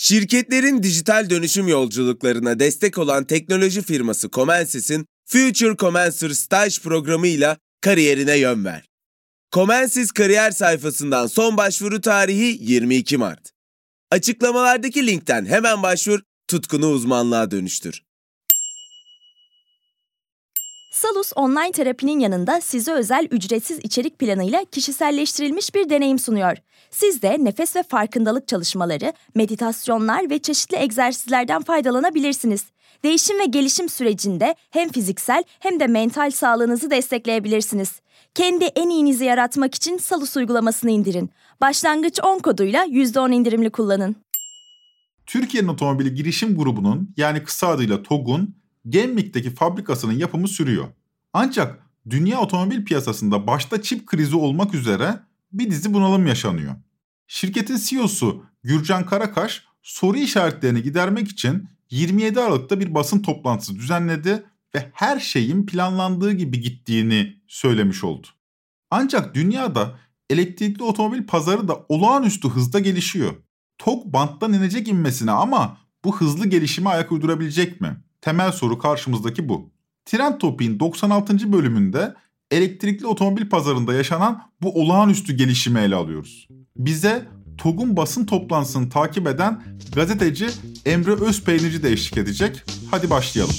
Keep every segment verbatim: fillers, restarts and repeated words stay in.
Şirketlerin dijital dönüşüm yolculuklarına destek olan teknoloji firması Comensys'in Future Comencer Stage programıyla kariyerine yön ver. Comensys kariyer sayfasından son başvuru tarihi yirmi iki Mart. Açıklamalardaki linkten hemen başvur, tutkunu uzmanlığa dönüştür. Salus online terapinin yanında size özel ücretsiz içerik planıyla kişiselleştirilmiş bir deneyim sunuyor. Siz de nefes ve farkındalık çalışmaları, meditasyonlar ve çeşitli egzersizlerden faydalanabilirsiniz. Değişim ve gelişim sürecinde hem fiziksel hem de mental sağlığınızı destekleyebilirsiniz. Kendi en iyinizi yaratmak için Salus uygulamasını indirin. Başlangıç on koduyla yüzde on indirimli kullanın. Türkiye'nin otomobili girişim grubunun yani kısa adıyla TOG'un Gemlik'teki fabrikasının yapımı sürüyor. Ancak dünya otomobil piyasasında başta çip krizi olmak üzere bir dizi bunalım yaşanıyor. Şirketin C E O'su Gürcan Karakaş soru işaretlerini gidermek için yirmi yedi Aralık'ta bir basın toplantısı düzenledi ve her şeyin planlandığı gibi gittiğini söylemiş oldu. Ancak dünyada elektrikli otomobil pazarı da olağanüstü hızda gelişiyor. TOG banttan inecek inmesine ama bu hızlı gelişime ayak uydurabilecek mi? Temel soru karşımızdaki bu. Trend Topik'in doksan altıncı bölümünde elektrikli otomobil pazarında yaşanan bu olağanüstü gelişimi ele alıyoruz. Bize TOG'un basın toplantısını takip eden gazeteci Emre Özpeynirci de eşlik edecek. Hadi başlayalım.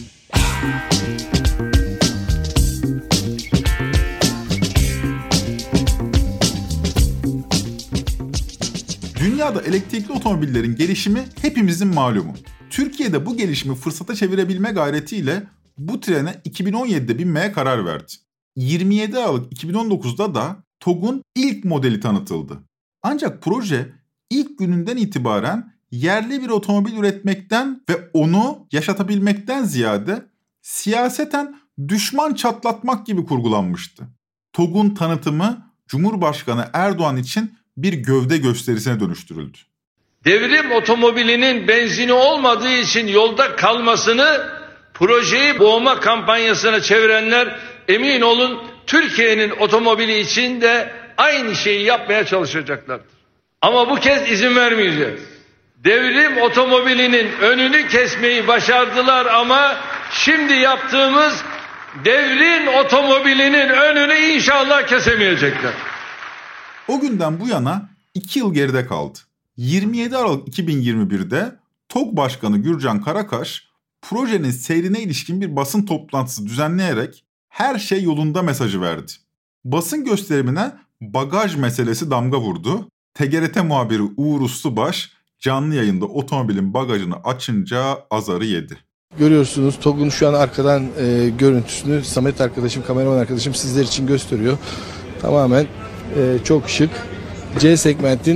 Dünyada elektrikli otomobillerin gelişimi hepimizin malumu. Türkiye'de bu gelişimi fırsata çevirebilme gayretiyle bu trene iki bin on yedide binmeye karar verdi. yirmi yedi Aralık iki bin on dokuzda da TOG'un ilk modeli tanıtıldı. Ancak proje ilk gününden itibaren yerli bir otomobil üretmekten ve onu yaşatabilmekten ziyade siyaseten düşman çatlatmak gibi kurgulanmıştı. TOG'un tanıtımı Cumhurbaşkanı Erdoğan için bir gövde gösterisine dönüştürüldü. Devrim otomobilinin benzini olmadığı için yolda kalmasını projeyi boğma kampanyasına çevirenler emin olun Türkiye'nin otomobili için de aynı şeyi yapmaya çalışacaklardır. Ama bu kez izin vermeyeceğiz. Devrim otomobilinin önünü kesmeyi başardılar ama şimdi yaptığımız devrin otomobilinin önünü inşallah kesemeyecekler. O günden bu yana iki yıl geride kaldı. yirmi yedi Aralık iki bin yirmi birde TOG Başkanı Gürcan Karakaş projenin seyrine ilişkin bir basın toplantısı düzenleyerek her şey yolunda mesajı verdi. Basın gösterimine bagaj meselesi damga vurdu. T G R T muhabiri Uğur Uslubaş canlı yayında otomobilin bagajını açınca azarı yedi. Görüyorsunuz TOG'un şu an arkadan e, görüntüsünü Samet arkadaşım, kameraman arkadaşım sizler için gösteriyor. Tamamen e, çok şık. C segmentin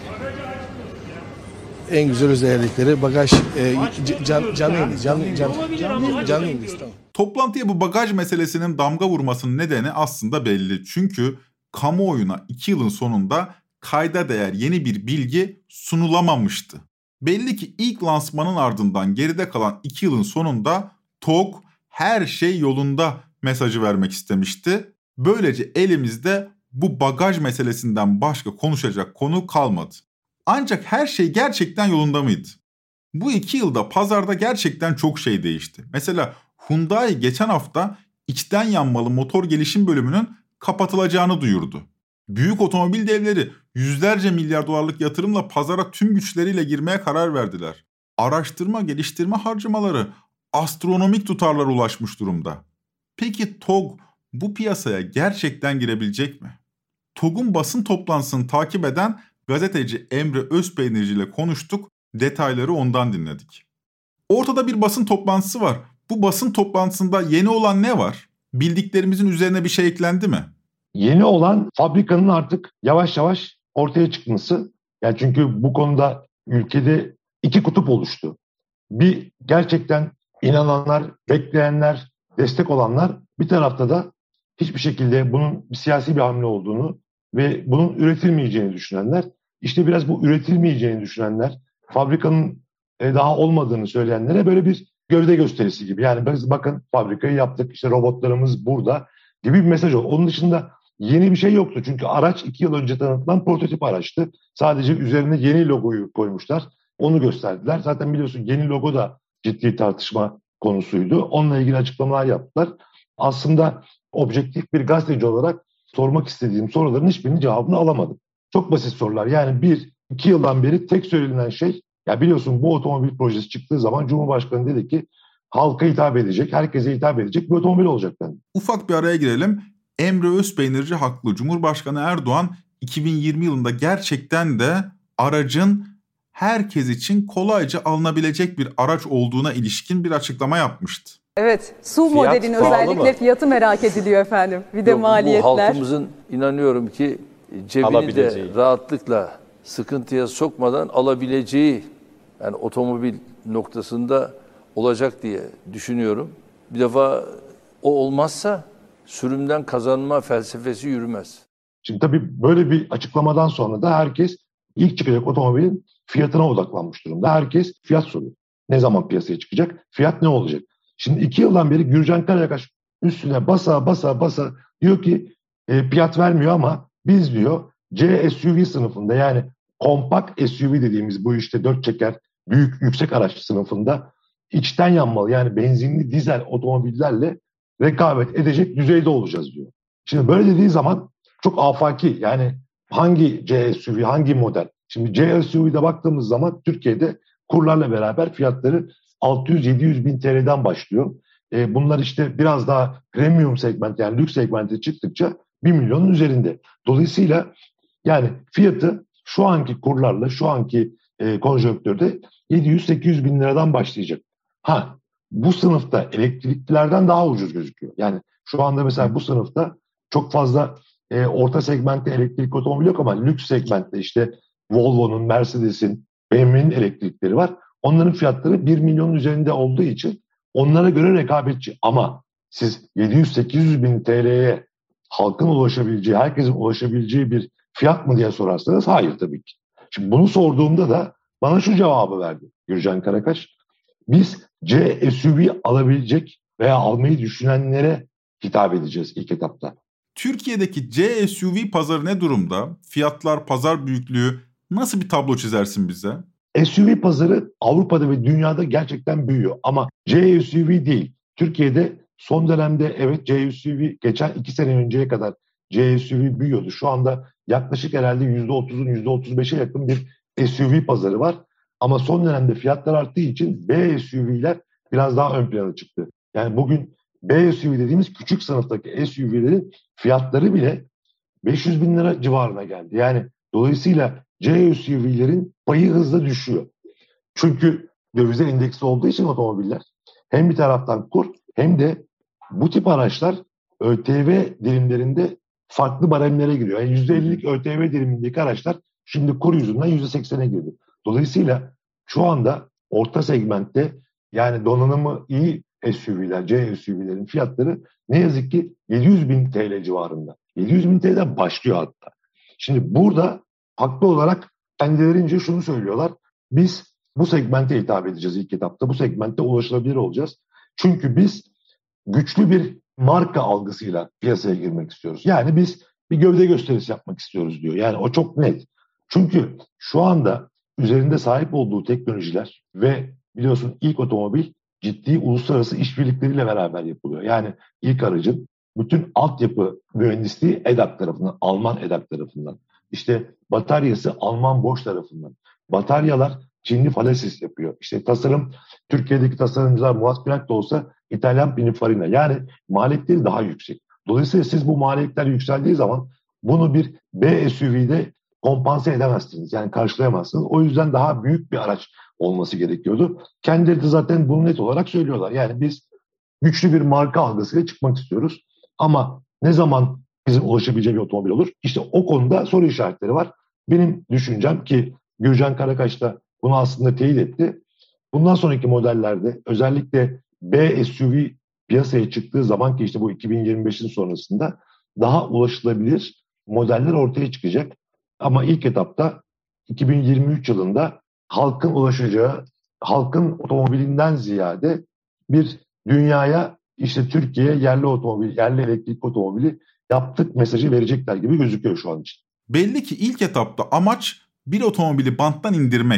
en güzel özellikleri bagaj e, can canlı indi canlı canlı canlı canlı indi tamam. Toplantıya bu bagaj meselesinin damga vurmasının nedeni aslında belli. Çünkü kamuoyuna iki yılın sonunda kayda değer yeni bir bilgi sunulamamıştı. Belli ki ilk lansmanın ardından geride kalan iki yılın sonunda TOG her şey yolunda mesajı vermek istemişti. Böylece elimizde bu bagaj meselesinden başka konuşacak konu kalmadı. Ancak her şey gerçekten yolunda mıydı? Bu iki yılda pazarda gerçekten çok şey değişti. Mesela Hyundai geçen hafta içten yanmalı motor gelişim bölümünün kapatılacağını duyurdu. Büyük otomobil devleri yüzlerce milyar dolarlık yatırımla pazara tüm güçleriyle girmeye karar verdiler. Araştırma geliştirme harcamaları astronomik tutarlara ulaşmış durumda. Peki TOG bu piyasaya gerçekten girebilecek mi? TOG'un basın toplantısını takip eden gazeteci Emre Özpeynirci ile konuştuk, detayları ondan dinledik. Ortada bir basın toplantısı var. Bu basın toplantısında yeni olan ne var? Bildiklerimizin üzerine bir şey eklendi mi? Yeni olan fabrikanın artık yavaş yavaş ortaya çıkması. Yani çünkü bu konuda ülkede iki kutup oluştu. Bir gerçekten inananlar, bekleyenler, destek olanlar, bir tarafta da hiçbir şekilde bunun siyasi bir hamle olduğunu ve bunun üretilmeyeceğini düşünenler. İşte biraz bu üretilmeyeceğini düşünenler, fabrikanın daha olmadığını söyleyenlere böyle bir gövde gösterisi gibi. Yani biz bakın fabrikayı yaptık, işte robotlarımız burada gibi bir mesaj oldu. Onun dışında yeni bir şey yoktu. Çünkü araç iki yıl önce tanıtılan prototip araçtı. Sadece üzerine yeni logoyu koymuşlar. Onu gösterdiler. Zaten biliyorsun yeni logo da ciddi tartışma konusuydu. Onunla ilgili açıklamalar yaptılar. Aslında objektif bir gazeteci olarak sormak istediğim soruların hiçbirinin cevabını alamadım. Çok basit sorular. Yani bir, iki yıldan beri tek söylenen şey, ya biliyorsun bu otomobil projesi çıktığı zaman Cumhurbaşkanı dedi ki halka hitap edecek, herkese hitap edecek bir otomobil olacak dendi. Ufak bir araya girelim. Emre Özpeynirci haklı. Cumhurbaşkanı Erdoğan iki bin yirmi yılında gerçekten de aracın herkes için kolayca alınabilecek bir araç olduğuna ilişkin bir açıklama yapmıştı. Evet, S U V Fiyat modelin pahalı özellikle mı? fiyatı merak ediliyor efendim. Bir de Yok, maliyetler. Bu halkımızın inanıyorum ki cebini Alabileceği. de rahatlıkla sıkıntıya sokmadan alabileceği, yani otomobil noktasında olacak diye düşünüyorum. Bir defa o olmazsa sürümden kazanma felsefesi yürümez. Şimdi tabii böyle bir açıklamadan sonra da herkes ilk çıkacak otomobilin fiyatına odaklanmış durumda. Herkes fiyat soruyor. Ne zaman piyasaya çıkacak? Fiyat ne olacak? Şimdi iki yıldan beri Gürcan Karayakaş üstüne basa basa basa diyor ki e, fiyat vermiyor ama biz diyor C S U V sınıfında, yani kompakt S U V dediğimiz bu işte dört çeker büyük yüksek araç sınıfında içten yanmalı, yani benzinli dizel otomobillerle rekabet edecek düzeyde olacağız diyor. Şimdi böyle dediği zaman çok afaki, yani hangi C S U V, hangi model? Şimdi C S U V'de baktığımız zaman Türkiye'de kurlarla beraber fiyatları altı yüz yedi yüz bin T L'den başlıyor. E, bunlar işte biraz daha premium segment, yani lüks segmente çıktıkça bir milyonun üzerinde. Dolayısıyla yani fiyatı şu anki kurlarla, şu anki e, konjonktürde yedi yüz sekiz yüz bin liradan başlayacak. Ha, bu sınıfta elektriklilerden daha ucuz gözüküyor. Yani şu anda mesela bu sınıfta çok fazla e, orta segmentte elektrikli otomobil yok ama lüks segmentte işte Volvo'nun, Mercedes'in, B M W'nin elektrikleri var. Onların fiyatları bir milyonun üzerinde olduğu için onlara göre rekabetçi. Ama siz yedi yüz sekiz yüz bin T L'ye halkın ulaşabileceği, herkesin ulaşabileceği bir fiyat mı diye sorarsanız hayır tabii ki. Şimdi bunu sorduğumda da bana şu cevabı verdi Gürcan Karakaş. Biz C S U V alabilecek veya almayı düşünenlere hitap edeceğiz ilk etapta. Türkiye'deki C S U V pazarı ne durumda? Fiyatlar, pazar büyüklüğü nasıl bir tablo çizersin bize? S U V pazarı Avrupa'da ve dünyada gerçekten büyüyor ama C S U V değil. Türkiye'de son dönemde evet C S U V geçen iki sene önceye kadar C S U V büyüyordu. Şu anda yaklaşık herhalde yüzde otuzun yüzde otuz beşe yakın bir S U V pazarı var. Ama son dönemde fiyatlar arttığı için B S U V'ler biraz daha ön plana çıktı. Yani bugün B S U V dediğimiz küçük sınıftaki S U V'lerin fiyatları bile beş yüz bin lira civarına geldi. Yani dolayısıyla C S U V'lerin payı hızla düşüyor. Çünkü dövize endeksli olduğu için otomobiller hem bir taraftan kur hem de bu tip araçlar ÖTV dilimlerinde farklı baremlere giriyor. Yani yüzde ellilik ÖTV dilimindeki araçlar şimdi kur yüzünden yüzde seksene girdi. Dolayısıyla şu anda orta segmentte, yani donanımı iyi S U V'ler, C S U V'lerin fiyatları ne yazık ki yedi yüz bin T L civarında. yedi yüz bin T L'den başlıyor hatta. Şimdi burada haklı olarak kendilerince şunu söylüyorlar. Biz bu segmente hitap edeceğiz ilk etapta. Bu segmente ulaşılabilir olacağız. Çünkü biz güçlü bir marka algısıyla piyasaya girmek istiyoruz. Yani biz bir gövde gösterisi yapmak istiyoruz diyor. Yani o çok net. Çünkü şu anda üzerinde sahip olduğu teknolojiler ve biliyorsun ilk otomobil ciddi uluslararası işbirlikleriyle beraber yapılıyor. Yani ilk aracın bütün altyapı mühendisliği E D A K tarafından, Alman E D A K tarafından. İşte bataryası Alman Bosch tarafından. Bataryalar Çinli Falesis yapıyor. İşte tasarım Türkiye'deki tasarımcılar Murat Planck da olsa İtalyan Pininfarina. Yani maliyetleri daha yüksek. Dolayısıyla siz bu maliyetler yükseldiği zaman bunu bir B S U V'de kompanse edemezsiniz. Yani karşılayamazsınız. O yüzden daha büyük bir araç olması gerekiyordu. Kendileri de zaten bunu net olarak söylüyorlar. Yani biz güçlü bir marka algısıyla çıkmak istiyoruz. Ama ne zaman bizim ulaşabileceği bir otomobil olur? İşte o konuda soru işaretleri var. Benim düşüncem ki Gürcan Karakaş da bunu aslında teyit etti. Bundan sonraki modellerde özellikle B S U V piyasaya çıktığı zaman ki işte bu iki bin yirmi beşin sonrasında daha ulaşılabilir modeller ortaya çıkacak. Ama ilk etapta iki bin yirmi üç yılında halkın ulaşacağı, halkın otomobilinden ziyade bir dünyaya işte Türkiye yerli otomobil, yerli elektrikli otomobili yaptık mesajı verecekler gibi gözüküyor şu an için. Belli ki ilk etapta amaç bir otomobili banttan indirmek.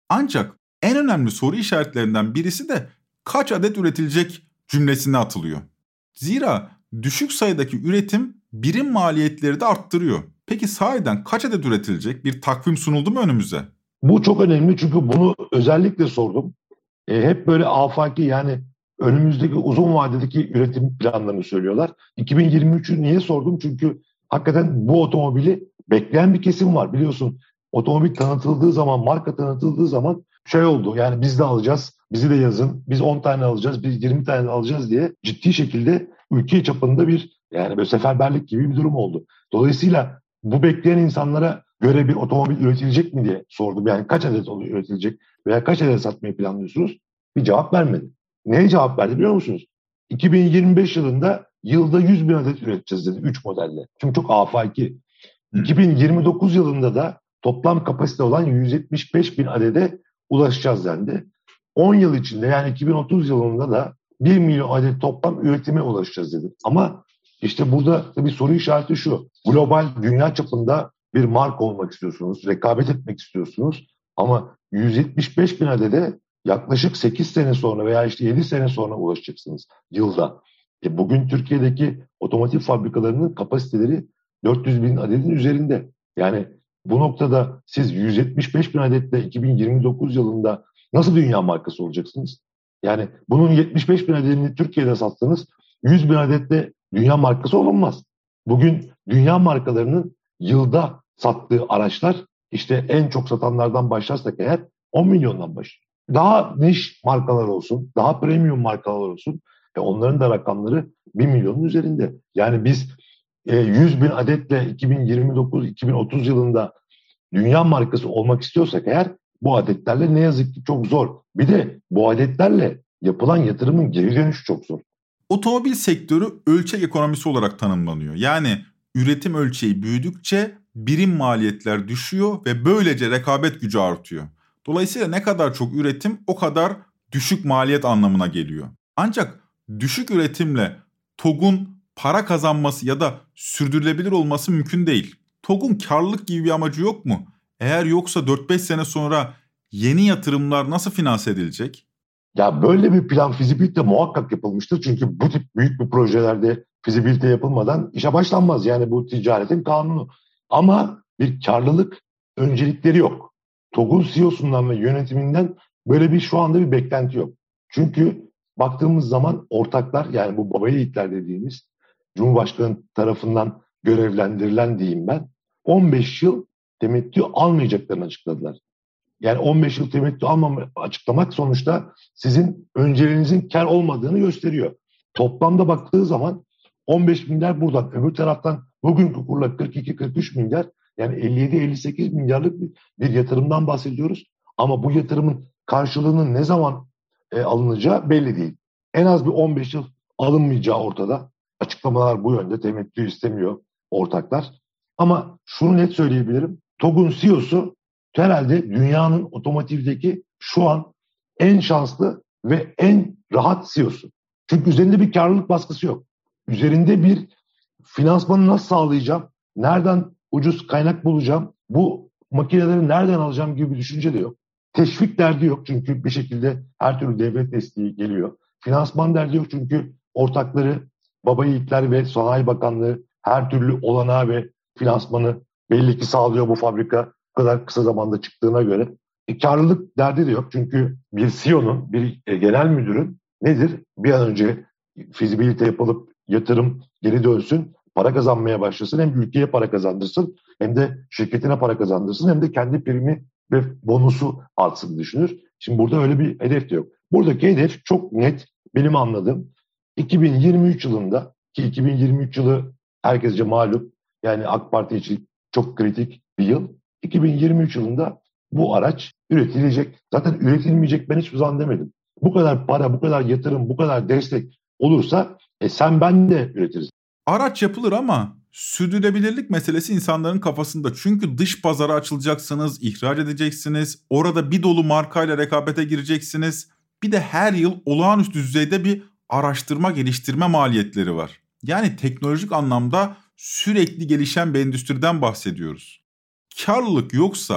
Ancak en önemli soru işaretlerinden birisi de kaç adet üretilecek cümlesine atılıyor. Zira düşük sayıdaki üretim birim maliyetleri de arttırıyor. Peki sahiden kaç adet üretilecek? Bir takvim sunuldu mu önümüze? Bu çok önemli çünkü bunu özellikle sordum. E, hep böyle afaki, yani önümüzdeki uzun vadedeki üretim planlarını söylüyorlar. iki bin yirmi üçü niye sordum? Çünkü hakikaten bu otomobili bekleyen bir kesim var. Biliyorsun, otomobil tanıtıldığı zaman, marka tanıtıldığı zaman şey oldu. Yani biz de alacağız, bizi de yazın, biz on tane alacağız, biz yirmi tane alacağız diye ciddi şekilde ülke çapında bir, yani böyle seferberlik gibi bir durum oldu. Dolayısıyla bu bekleyen insanlara göre bir otomobil üretilecek mi diye sordum. Yani kaç adet üretilecek veya kaç adet satmayı planlıyorsunuz? Bir cevap vermedi. Neye cevap verdi biliyor musunuz? iki bin yirmi beş yılında yılda yüz bin adet üreteceğiz dedi üç modelle. Çünkü çok afaki. iki bin yirmi dokuz yılında da toplam kapasite olan yüz yetmiş beş bin adede ulaşacağız dendi. on yıl içinde, yani iki bin otuz yılında da bir milyon adet toplam üretime ulaşacağız dedi. Ama işte burada bir soru işareti şu. Global, dünya çapında bir marka olmak istiyorsunuz, rekabet etmek istiyorsunuz. Ama yüz yetmiş beş bin adede yaklaşık sekiz sene sonra veya işte yedi sene sonra ulaşacaksınız yılda. E bugün Türkiye'deki otomotiv fabrikalarının kapasiteleri dört yüz bin adetin üzerinde. Yani bu noktada siz yüz yetmiş beş bin adetle iki bin yirmi dokuz yılında nasıl dünya markası olacaksınız? Yani bunun yetmiş beş bin adetini Türkiye'de sattınız, yüz bin adetle dünya markası olunmaz. Bugün dünya markalarının yılda sattığı araçlar, işte en çok satanlardan başlarsak eğer on milyondan başlıyor. Daha niş markalar olsun, daha premium markalar olsun. E onların da rakamları bir milyonun üzerinde. Yani biz e, yüz bin adetle iki bin yirmi dokuz iki bin otuz yılında dünya markası olmak istiyorsak eğer, bu adetlerle ne yazık ki çok zor. Bir de bu adetlerle yapılan yatırımın geri dönüşü çok zor. Otomobil sektörü ölçek ekonomisi olarak tanımlanıyor. Yani üretim ölçeği büyüdükçe birim maliyetler düşüyor ve böylece rekabet gücü artıyor. Dolayısıyla ne kadar çok üretim o kadar düşük maliyet anlamına geliyor. Ancak düşük üretimle TOG'un para kazanması ya da sürdürülebilir olması mümkün değil. TOG'un karlılık gibi bir amacı yok mu? Eğer yoksa dört beş sene sonra yeni yatırımlar nasıl finanse edilecek? Ya böyle bir plan, fizibilite muhakkak yapılmıştır. Çünkü bu tip büyük bir projelerde fizibilite yapılmadan işe başlanmaz. Yani bu ticaretin kanunu. Ama bir karlılık öncelikleri yok. TOG'un C E O'sundan ve yönetiminden böyle bir şu anda bir beklenti yok. Çünkü baktığımız zaman ortaklar, yani bu baba yiğitler dediğimiz, Cumhurbaşkanı tarafından görevlendirilen diyeyim ben, on beş yıl temettü almayacaklarını açıkladılar. Yani on beş yıl temettü almamı açıklamak sonuçta sizin önceliğinizin kar olmadığını gösteriyor. Toplamda baktığı zaman on beş milyar buradan, öbür taraftan bugünkü kurla kırk iki kırk üç milyar, yani elli yedi elli sekiz milyarlık bir, bir yatırımdan bahsediyoruz. Ama bu yatırımın karşılığının ne zaman e, alınacağı belli değil. En az bir on beş yıl alınmayacağı ortada. Açıklamalar bu yönde, temettü istemiyor ortaklar. Ama şunu net söyleyebilirim. TOG'un C E O'su herhalde dünyanın otomotivdeki şu an en şanslı ve en rahat C E O'su. Çünkü üzerinde bir karlılık baskısı yok. Üzerinde bir finansmanı nasıl sağlayacağım, nereden ucuz kaynak bulacağım, bu makineleri nereden alacağım gibi bir düşünce de yok. Teşvik derdi yok çünkü bir şekilde her türlü devlet desteği geliyor. Finansman derdi yok çünkü ortakları, baba yiğitler ve Sanayi Bakanlığı her türlü olanağı ve finansmanı belli ki sağlıyor bu fabrika bu kadar kısa zamanda çıktığına göre. E, karlılık derdi de yok çünkü bir C E O'nun, bir e, genel müdürün nedir? Bir an önce fizibilite yapılıp yatırım geri dönsün, para kazanmaya başlasın, hem ülkeye para kazandırsın, hem de şirketine para kazandırsın, hem de kendi primi ve bonusu artsın düşünür. Şimdi burada öyle bir hedef de yok. Buradaki hedef çok net, benim anladığım. iki bin yirmi üç yılında, ki iki bin yirmi üç yılı herkesce malum, yani AK Parti için çok kritik bir yıl. iki bin yirmi üç yılında bu araç üretilecek. Zaten üretilmeyecek ben hiçbir zaman demedim. Bu kadar para, bu kadar yatırım, bu kadar destek olursa e sen ben de üretiriz. Araç yapılır ama sürdürülebilirlik meselesi insanların kafasında. Çünkü dış pazara açılacaksınız, ihraç edeceksiniz. Orada bir dolu markayla rekabete gireceksiniz. Bir de her yıl olağanüstü düzeyde bir araştırma, geliştirme maliyetleri var. Yani teknolojik anlamda sürekli gelişen bir endüstriden bahsediyoruz. Karlılık yoksa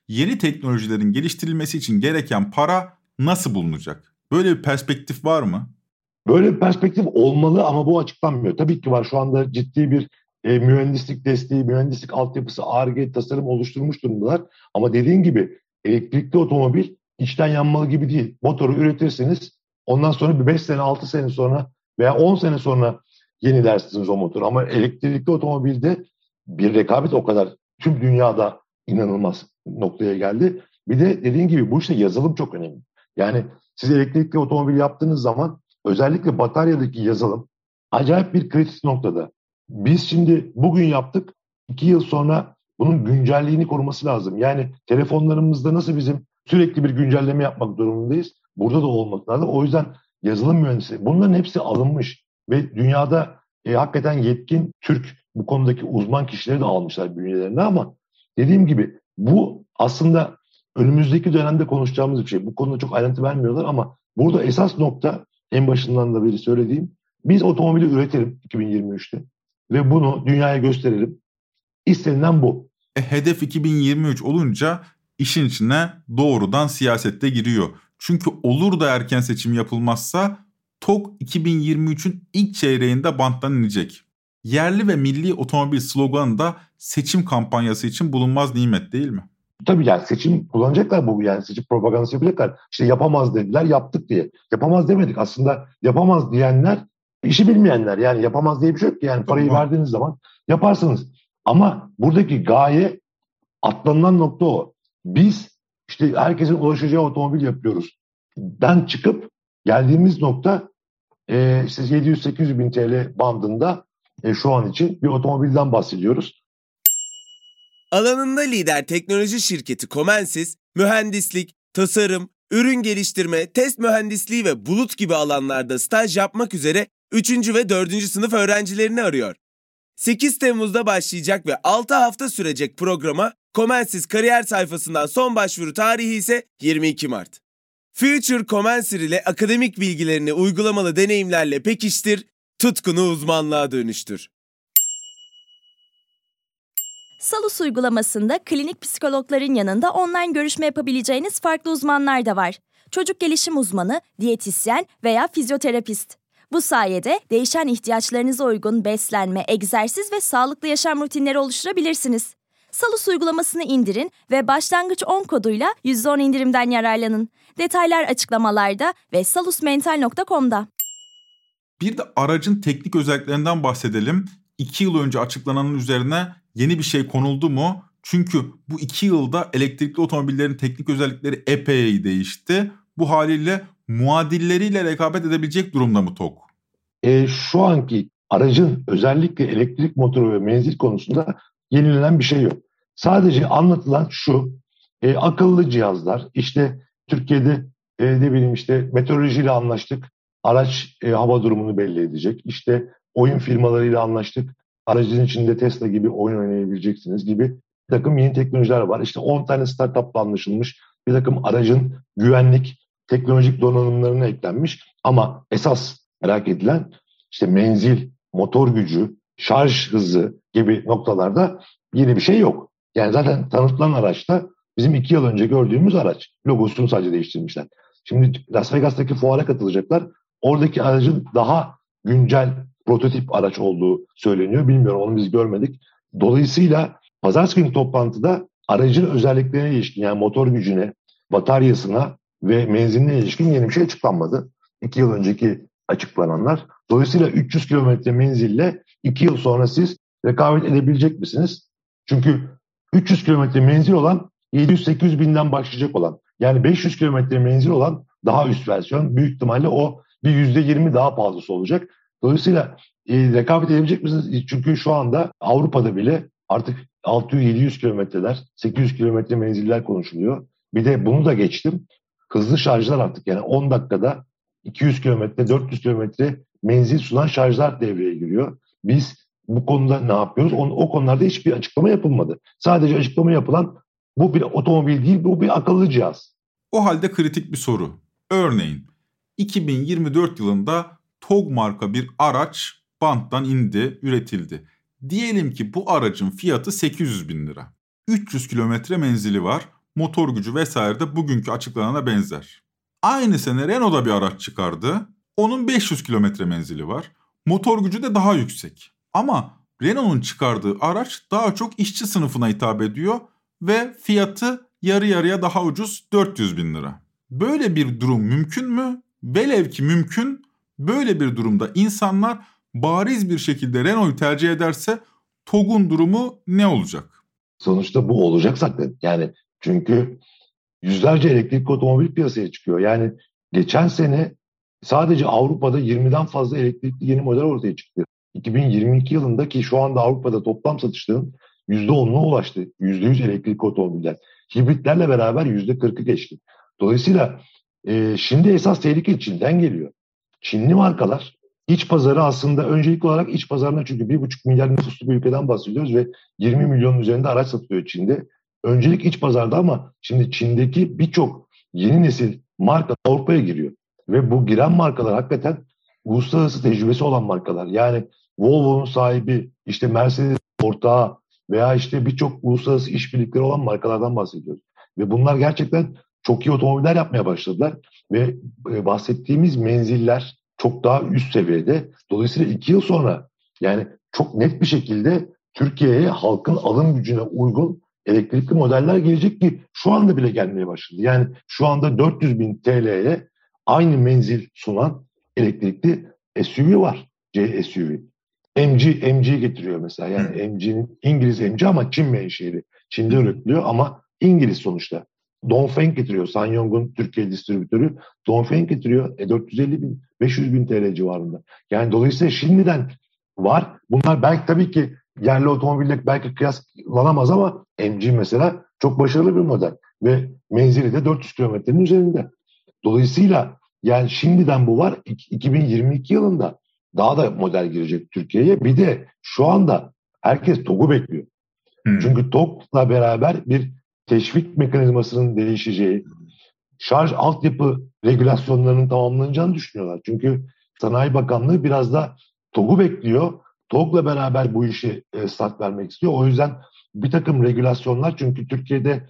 Yeni teknolojilerin geliştirilmesi için gereken para nasıl bulunacak? Böyle bir perspektif var mı? Böyle bir perspektif olmalı ama bu açıklanmıyor. Tabii ki var. Şu anda ciddi bir e, mühendislik desteği, mühendislik altyapısı, Ar-Ge, tasarım oluşturmuş durumdalar. Ama dediğin gibi elektrikli otomobil içten yanmalı gibi değil. Motoru üretirsiniz, ondan sonra bir beş sene, altı sene sonra veya on sene sonra yenilersiniz o motoru. Ama elektrikli otomobilde bir rekabet o kadar tüm dünyada inanılmaz noktaya geldi. Bir de dediğin gibi bu işte yazılım çok önemli. Yani siz elektrikli otomobil yaptığınız zaman özellikle bataryadaki yazılım acayip bir kritik noktada. Biz şimdi bugün yaptık, iki yıl sonra bunun güncelliğini koruması lazım. Yani telefonlarımızda nasıl bizim sürekli bir güncelleme yapmak durumundayız, burada da olmak lazım. O yüzden yazılım mühendisi, bunların hepsi alınmış ve dünyada e, hakikaten yetkin Türk bu konudaki uzman kişileri de almışlar bünyelerine ama dediğim gibi bu aslında önümüzdeki dönemde konuşacağımız bir şey. Bu konuda çok ayrıntı vermiyorlar ama burada esas nokta en başından da beri söylediğim, biz otomobili üretelim iki bin yirmi üçte ve bunu dünyaya gösterelim. İstenilen bu. E, hedef iki bin yirmi üç olunca işin içine doğrudan siyasette giriyor. Çünkü olur da erken seçim yapılmazsa TOG iki bin yirmi üçün ilk çeyreğinde banttan inecek. Yerli ve milli otomobil sloganı da seçim kampanyası için bulunmaz nimet değil mi? Tabii yani seçim kullanacaklar bu, yani seçim propagandası yapacaklar. İşte yapamaz dediler, yaptık diye. Yapamaz demedik aslında, yapamaz diyenler işi bilmeyenler. Yani yapamaz diye bir şey yok ki, yani parayı Tamam. verdiğiniz zaman yaparsınız. Ama buradaki gaye, atlanılan nokta o. Biz işte herkesin ulaşacağı otomobil yapıyoruz. Den çıkıp geldiğimiz nokta e, işte yedi yüz sekiz yüz bin T L bandında e, şu an için bir otomobilden bahsediyoruz. Alanında lider teknoloji şirketi Comensys, mühendislik, tasarım, ürün geliştirme, test mühendisliği ve bulut gibi alanlarda staj yapmak üzere üçüncü ve dördüncü sınıf öğrencilerini arıyor. sekiz Temmuz'da başlayacak ve altı hafta sürecek programa Comensys kariyer sayfasından son başvuru tarihi ise yirmi iki Mart. Future Comensys ile akademik bilgilerini uygulamalı deneyimlerle pekiştir, tutkunu uzmanlığa dönüştür. Salus uygulamasında klinik psikologların yanında online görüşme yapabileceğiniz farklı uzmanlar da var. Çocuk gelişim uzmanı, diyetisyen veya fizyoterapist. Bu sayede değişen ihtiyaçlarınıza uygun beslenme, egzersiz ve sağlıklı yaşam rutinleri oluşturabilirsiniz. Salus uygulamasını indirin ve başlangıç on koduyla yüzde on indirimden yararlanın. Detaylar açıklamalarda ve salusmental nokta com'da. Bir de aracın teknik özelliklerinden bahsedelim. İki yıl önce açıklananın üzerine yeni bir şey konuldu mu? Çünkü bu iki yılda elektrikli otomobillerin teknik özellikleri epey değişti. Bu haliyle muadilleriyle rekabet edebilecek durumda mı TOG? E, şu anki aracın özellikle elektrik motoru ve menzil konusunda yenilenen bir şey yok. Sadece anlatılan şu, e, akıllı cihazlar, işte Türkiye'de e, ne bileyim işte meteorolojiyle anlaştık, araç e, hava durumunu belli edecek. İşte oyun firmalarıyla anlaştık, aracın içinde Tesla gibi oyun oynayabileceksiniz gibi bir takım yeni teknolojiler var. İşte on tane startupla anlaşılmış bir takım aracın güvenlik, teknolojik donanımlarına eklenmiş. Ama esas merak edilen işte menzil, motor gücü, şarj hızı gibi noktalarda yeni bir şey yok. Yani zaten tanıtılan araçta bizim iki yıl önce gördüğümüz araç. Logosunu sadece değiştirmişler. Şimdi Las Vegas'taki fuara katılacaklar. Oradaki aracın daha güncel prototip araç olduğu söyleniyor. Bilmiyorum, onu biz görmedik. Dolayısıyla pazartesi günü toplantıda aracın özelliklerine ilişkin, yani motor gücüne, bataryasına ve menziline ilişkin yeni bir şey açıklanmadı. İki yıl önceki açıklananlar. Dolayısıyla üç yüz kilometre menzille iki yıl sonra siz rekabet edebilecek misiniz? Çünkü üç yüz kilometre menzil olan yedi yüz sekiz yüz binden başlayacak olan, yani beş yüz kilometre menzil olan daha üst versiyon. Büyük ihtimalle o bir yüzde yirmi daha pahalısı olacak. Dolayısıyla e, rekabet edebilecek misiniz? Çünkü şu anda Avrupa'da bile artık altı yüz yedi yüz kilometreler, sekiz yüz kilometre menziller konuşuluyor. Bir de bunu da geçtim. Hızlı şarjlar artık, yani on dakikada iki yüz kilometre, dört yüz kilometre menzil sunan şarjlar devreye giriyor. Biz bu konuda ne yapıyoruz? O, o konularda hiçbir açıklama yapılmadı. Sadece açıklama yapılan, bu bir otomobil değil, bu bir akıllı cihaz. O halde kritik bir soru. Örneğin iki bin yirmi dört yılında TOG marka bir araç banttan indi, üretildi. Diyelim ki bu aracın fiyatı sekiz yüz bin lira. üç yüz kilometre menzili var. motor gücü vesaire de bugünkü açıklanana benzer. Aynı sene Renault da bir araç çıkardı. Onun beş yüz kilometre menzili var. Motor gücü de daha yüksek. Ama Renault'un çıkardığı araç daha çok işçi sınıfına hitap ediyor ve fiyatı yarı yarıya daha ucuz, dört yüz bin lira. Böyle bir durum mümkün mü? Velev ki mümkün. Böyle bir durumda insanlar bariz bir şekilde Renault'u tercih ederse T O G'un durumu ne olacak? Sonuçta bu olacak zaten. Yani çünkü yüzlerce elektrikli otomobil piyasaya çıkıyor. Yani geçen sene sadece Avrupa'da yirmiden fazla elektrikli yeni model ortaya çıktı. iki bin yirmi iki yılında ki şu anda Avrupa'da toplam satışların yüzde onuna ulaştı. yüzde yüz elektrikli otomobiller. Hibritlerle beraber yüzde kırkı geçti. Dolayısıyla e, şimdi esas tehlike Çin'den geliyor. Çinli markalar iç pazarı aslında öncelikli olarak iç pazarına, çünkü bir buçuk milyar nüfuslu bir ülkeden bahsediyoruz ve yirmi milyonun üzerinde araç satılıyor Çin'de. Öncelik iç pazarda ama şimdi Çin'deki birçok yeni nesil marka Avrupa'ya giriyor. Ve bu giren markalar hakikaten uluslararası tecrübesi olan markalar. Yani Volvo'nun sahibi, işte Mercedes ortağı veya işte birçok uluslararası işbirlikleri olan markalardan bahsediyoruz. Ve bunlar gerçekten çok iyi otomobiller yapmaya başladılar. Ve bahsettiğimiz menziller çok daha üst seviyede. Dolayısıyla iki yıl sonra yani çok net bir şekilde Türkiye'ye halkın alım gücüne uygun elektrikli modeller gelecek ki şu anda bile gelmeye başladı. Yani şu anda dört yüz bin T L'ye aynı menzil sunan elektrikli S U V var. C S U V. M G, M G getiriyor mesela. Yani M G'nin İngiliz M G ama Çin menşeli. Çin'de üretiliyor ama İngiliz sonuçta. Dongfeng getiriyor. SsangYong'un Türkiye distribütörü. Dongfeng getiriyor. E, dört yüz elli bin, beş yüz bin T L civarında. Yani dolayısıyla şimdiden var. Bunlar belki tabii ki yerli otomobille belki kıyaslanamaz ama M G mesela çok başarılı bir model. Ve menzili de dört yüz kilometrenin üzerinde. Dolayısıyla yani şimdiden bu var. iki bin yirmi iki yılında daha da model girecek Türkiye'ye. Bir de şu anda herkes T O G'u bekliyor. Hmm. Çünkü T O G'la beraber bir teşvik mekanizmasının değişeceği, şarj altyapı regülasyonlarının tamamlanacağını düşünüyorlar. Çünkü Sanayi Bakanlığı biraz da T O G'u bekliyor. T O G'la beraber bu işi start vermek istiyor. O yüzden bir takım regülasyonlar, çünkü Türkiye'de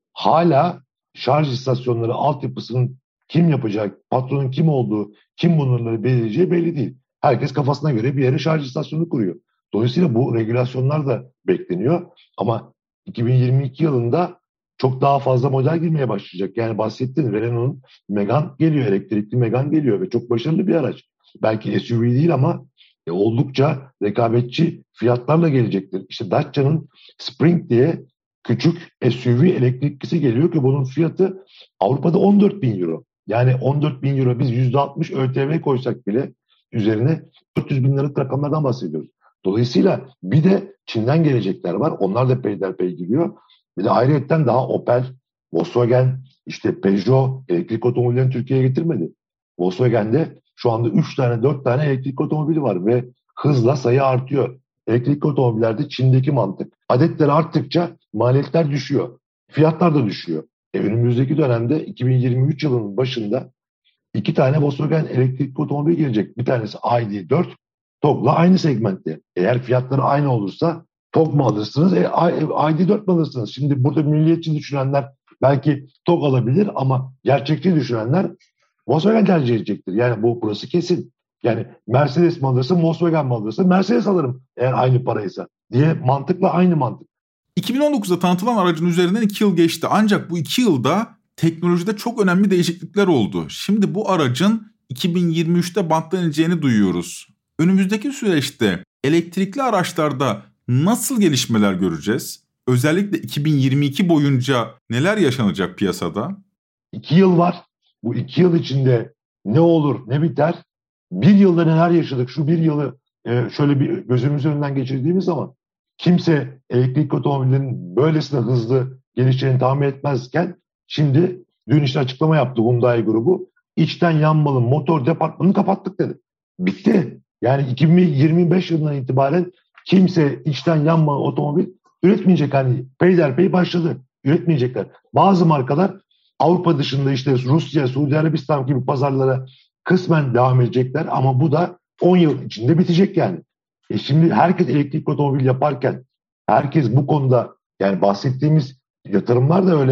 hala şarj istasyonları altyapısının kim yapacak, patronun kim olduğu, kim bunları belirleyeceği belli değil. Herkes kafasına göre bir yere şarj istasyonu kuruyor. Dolayısıyla bu regülasyonlar da bekleniyor. Ama iki bin yirmi iki yılında çok daha fazla model girmeye başlayacak. Yani bahsettiğim Renault'un Megane geliyor, elektrikli Megane geliyor ve çok başarılı bir araç. Belki S U V değil ama e, oldukça rekabetçi fiyatlarla gelecektir. İşte Dacia'nın Spring diye küçük S U V elektriklisi geliyor ki bunun fiyatı Avrupa'da on dört bin euro. Yani on dört bin euro biz yüzde altmış ÖTV koysak bile üzerine dört yüz bin liralık rakamlardan bahsediyoruz. Dolayısıyla bir de Çin'den gelecekler var. Onlar da peyderpey giriyor. Bir de ayrıyetten daha Opel, Volkswagen, işte Peugeot elektrik otomobillerini Türkiye'ye getirmedi. Volkswagen'de şu anda üç tane dört tane elektrik otomobili var ve hızla sayı artıyor. Elektrikli otomobillerde Çin'deki mantık. Adetleri arttıkça maliyetler düşüyor. Fiyatlar da düşüyor. E önümüzdeki dönemde iki bin yirmi üç yılının başında iki tane Volkswagen elektrikli otomobil gelecek. Bir tanesi I D dört, T O G'la aynı segmentte. Eğer fiyatları aynı olursa T O G mu alırsınız, e, I D dört mu alırsınız? Şimdi burada milliyetçi düşünenler belki T O G alabilir ama gerçekçi düşünenler Volkswagen tercih edecektir. Yani bu burası kesin. Yani Mercedes mi alırsın, Volkswagen mi alırsın? Mercedes alırım eğer aynı paraysa diye mantıkla aynı mantık. iki bin on dokuzda tanıtılan aracın üzerinden iki yıl geçti. Ancak bu iki yılda teknolojide çok önemli değişiklikler oldu. Şimdi bu aracın iki bin yirmi üçte bantlanacağını duyuyoruz. Önümüzdeki süreçte elektrikli araçlarda nasıl gelişmeler göreceğiz? Özellikle iki bin yirmi iki boyunca neler yaşanacak piyasada? İki yıl var. Bu iki yıl içinde ne olur ne biter? Bir yılda neler yaşadık? Şu bir yılı şöyle bir gözümüzün önünden geçirdiğimiz zaman kimse elektrikli otomobillerin böylesine hızlı gelişeceğini tahmin etmezken şimdi dün işte açıklama yaptı Hyundai grubu. İçten yanmalı motor departmanını kapattık dedi. Bitti. Yani iki bin yirmi beş yılından itibaren kimse içten yanmalı otomobil üretmeyecek. Hani peyderpey başladı. Üretmeyecekler. Bazı markalar Avrupa dışında işte Rusya, Suudi Arabistan gibi pazarlara kısmen devam edecekler ama bu da on yıl içinde bitecek yani. E şimdi herkes elektrik otomobil yaparken herkes bu konuda, yani bahsettiğimiz yatırımlar da öyle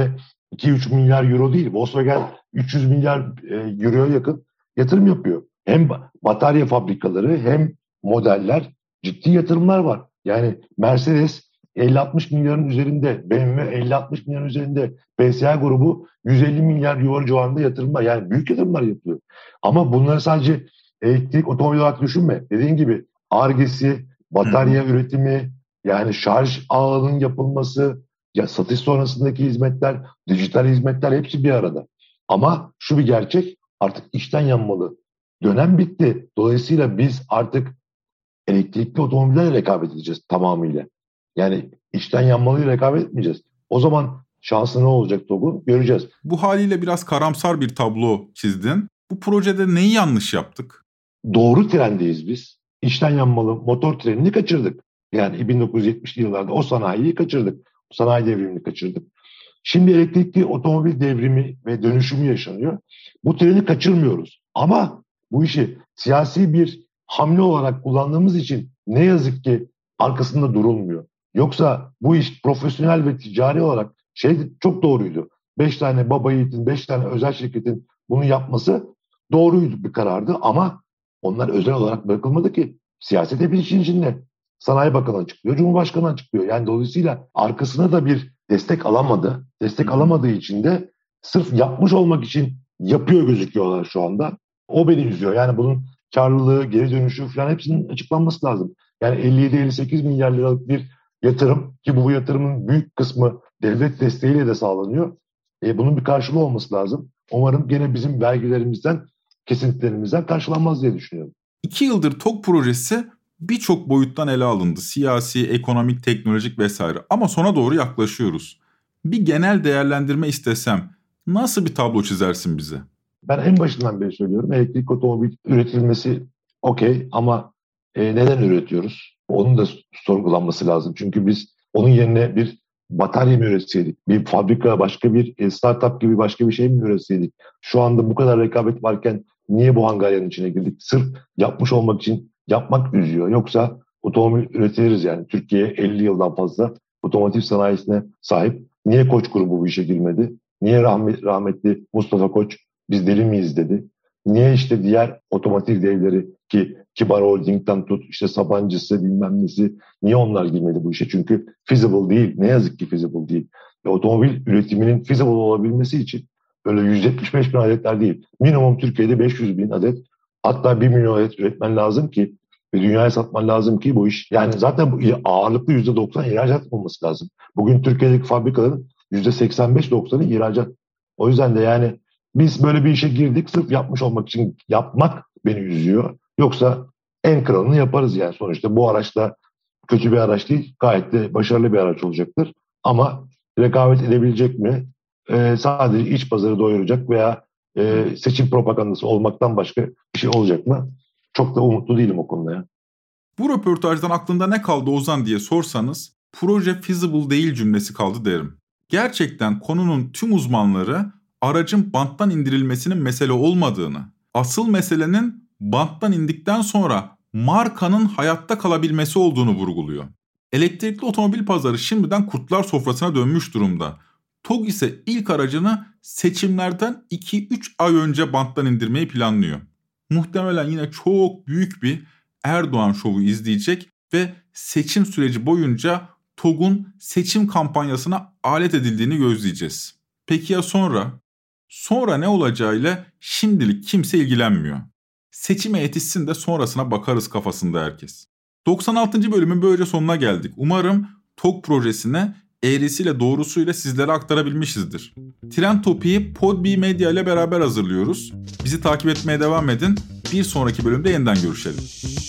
iki üç milyar euro değil. Volkswagen üç yüz milyar euroya yakın yatırım yapıyor. Hem batarya fabrikaları hem modeller, ciddi yatırımlar var. Yani Mercedes elli altmış milyarın üzerinde, B M W elli altmış milyarın üzerinde, P S A grubu yüz elli milyar euro civarında yatırımlar, yani büyük yatırımlar yapıyor. Ama bunları sadece elektrik otomobil olarak düşünme. Dediğin gibi Ar-Ge'si, batarya hmm. üretimi, yani şarj ağının yapılması, ya satış sonrasındaki hizmetler, dijital hizmetler hepsi bir arada. Ama şu bir gerçek, artık içten yanmalı dönem bitti. Dolayısıyla biz artık elektrikli otomobillerle rekabet edeceğiz tamamıyla. Yani içten yanmalıyla rekabet etmeyeceğiz. O zaman şansı ne olacak TOG'un göreceğiz. Bu haliyle biraz karamsar bir tablo çizdin. Bu projede neyi yanlış yaptık? Doğru trendeyiz biz. İçten yanmalı motor trenini kaçırdık. Yani bin dokuz yüz yetmişli yıllarda o sanayiyi kaçırdık. O sanayi devrimini kaçırdık. Şimdi elektrikli otomobil devrimi ve dönüşümü yaşanıyor. Bu treni kaçırmıyoruz. Ama bu işi siyasi bir hamle olarak kullandığımız için ne yazık ki arkasında durulmuyor. Yoksa bu iş profesyonel ve ticari olarak şey çok doğruydu. Beş tane baba yiğitin, beş tane özel şirketin bunu yapması doğruydu bir karardı. Ama onlar özel olarak bırakılmadı ki. Siyaset hep işin içinde. Sanayi Bakanı açıklıyor, Cumhurbaşkanı açıklıyor. Yani dolayısıyla arkasına da bir destek alamadı. Destek hmm. alamadığı için de sırf yapmış olmak için yapıyor gözüküyorlar şu anda. O beni üzüyor. Yani bunun karlılığı, geri dönüşü falan hepsinin açıklanması lazım. Yani elli yedi elli sekiz milyar liralık bir yatırım ki bu, bu yatırımın büyük kısmı devlet desteğiyle de sağlanıyor. E, bunun bir karşılığı olması lazım. Umarım gene bizim vergilerimizden, kesintilerimizden karşılanmaz diye düşünüyorum. İki yıldır TOG projesi birçok boyuttan ele alındı. Siyasi, ekonomik, teknolojik vesaire. Ama sona doğru yaklaşıyoruz. Bir genel değerlendirme istesem nasıl bir tablo çizersin bize? Ben en başından beri söylüyorum. Elektrik otomobil üretilmesi okey ama e, neden üretiyoruz? Onun da sorgulanması lazım. Çünkü biz onun yerine bir batarya mı üretseydik? Bir fabrika, başka bir e, startup gibi başka bir şey mi üretseydik? Şu anda bu kadar rekabet varken niye bu hangaryanın içine girdik? Sırf yapmış olmak için yapmak üzüyor. Yoksa otomobil üretiliriz yani. Türkiye elli yıldan fazla otomotiv sanayisine sahip. Niye Koç grubu bu işe girmedi? Niye rahmet, rahmetli Mustafa Koç biz deli miyiz dedi? Niye işte diğer otomotiv devleri ki Kibar Holding'den tut işte Sabancısı bilmem nesi niye onlar girmedi bu işe? Çünkü feasible değil. Ne yazık ki feasible değil. Ve otomobil üretiminin feasible olabilmesi için böyle yüz yetmiş beş bin adetler değil. Minimum Türkiye'de beş yüz bin adet hatta bir milyon adet üretmen lazım ki ve dünyaya satman lazım ki bu iş. Yani zaten bu ağırlıklı yüzde doksan ihracat olması lazım. Bugün Türkiye'deki fabrikaların yüzde seksen beş doksanı ihracat. O yüzden de yani biz böyle bir işe girdik sırf yapmış olmak için yapmak beni üzüyor. Yoksa en kralını yaparız yani sonuçta. Bu araç da kötü bir araç değil. Gayet de başarılı bir araç olacaktır. Ama rekabet edebilecek mi? Ee, sadece iç pazarı doyuracak veya e, seçim propagandası olmaktan başka bir şey olacak mı? Çok da umutlu değilim o konuda ya. Bu röportajdan aklında ne kaldı Ozan diye sorsanız proje feasible değil cümlesi kaldı derim. Gerçekten konunun tüm uzmanları aracın banttan indirilmesinin mesele olmadığını, asıl meselenin banttan indikten sonra markanın hayatta kalabilmesi olduğunu vurguluyor. Elektrikli otomobil pazarı şimdiden kurtlar sofrasına dönmüş durumda. TOG ise ilk aracını seçimlerden iki üç ay önce banttan indirmeyi planlıyor. Muhtemelen yine çok büyük bir Erdoğan şovu izleyecek ve seçim süreci boyunca TOG'un seçim kampanyasına alet edildiğini gözleyeceğiz. Peki ya sonra? Sonra ne olacağıyla şimdilik kimse ilgilenmiyor. Seçime yetişsin de sonrasına bakarız kafasında herkes. doksan altıncı bölümün böylece sonuna geldik. Umarım TOG projesine eğrisiyle doğrusuyla sizlere aktarabilmişizdir. Trend Topi'yi Podbi Medya ile beraber hazırlıyoruz. Bizi takip etmeye devam edin. Bir sonraki bölümde yeniden görüşelim.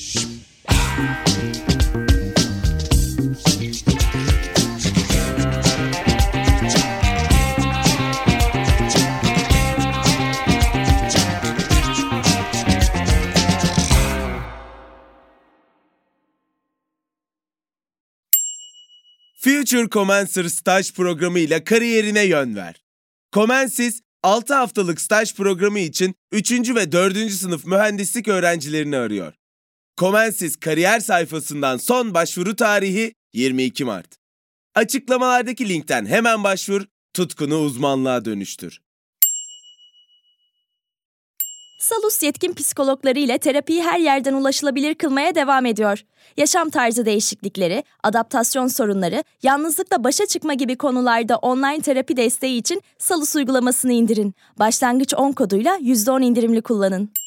Future Commencer staj programı ile kariyerine yön ver. Comensis, altı haftalık staj programı için üçüncü ve dördüncü sınıf mühendislik öğrencilerini arıyor. Comensis kariyer sayfasından son başvuru tarihi yirmi iki Mart. Açıklamalardaki linkten hemen başvur tutkunu uzmanlığa dönüştür. Salus yetkin psikologları ile terapiyi her yerden ulaşılabilir kılmaya devam ediyor. Yaşam tarzı değişiklikleri, adaptasyon sorunları, yalnızlıkla başa çıkma gibi konularda online terapi desteği için Salus uygulamasını indirin. Başlangıç on koduyla yüzde on indirimli kullanın.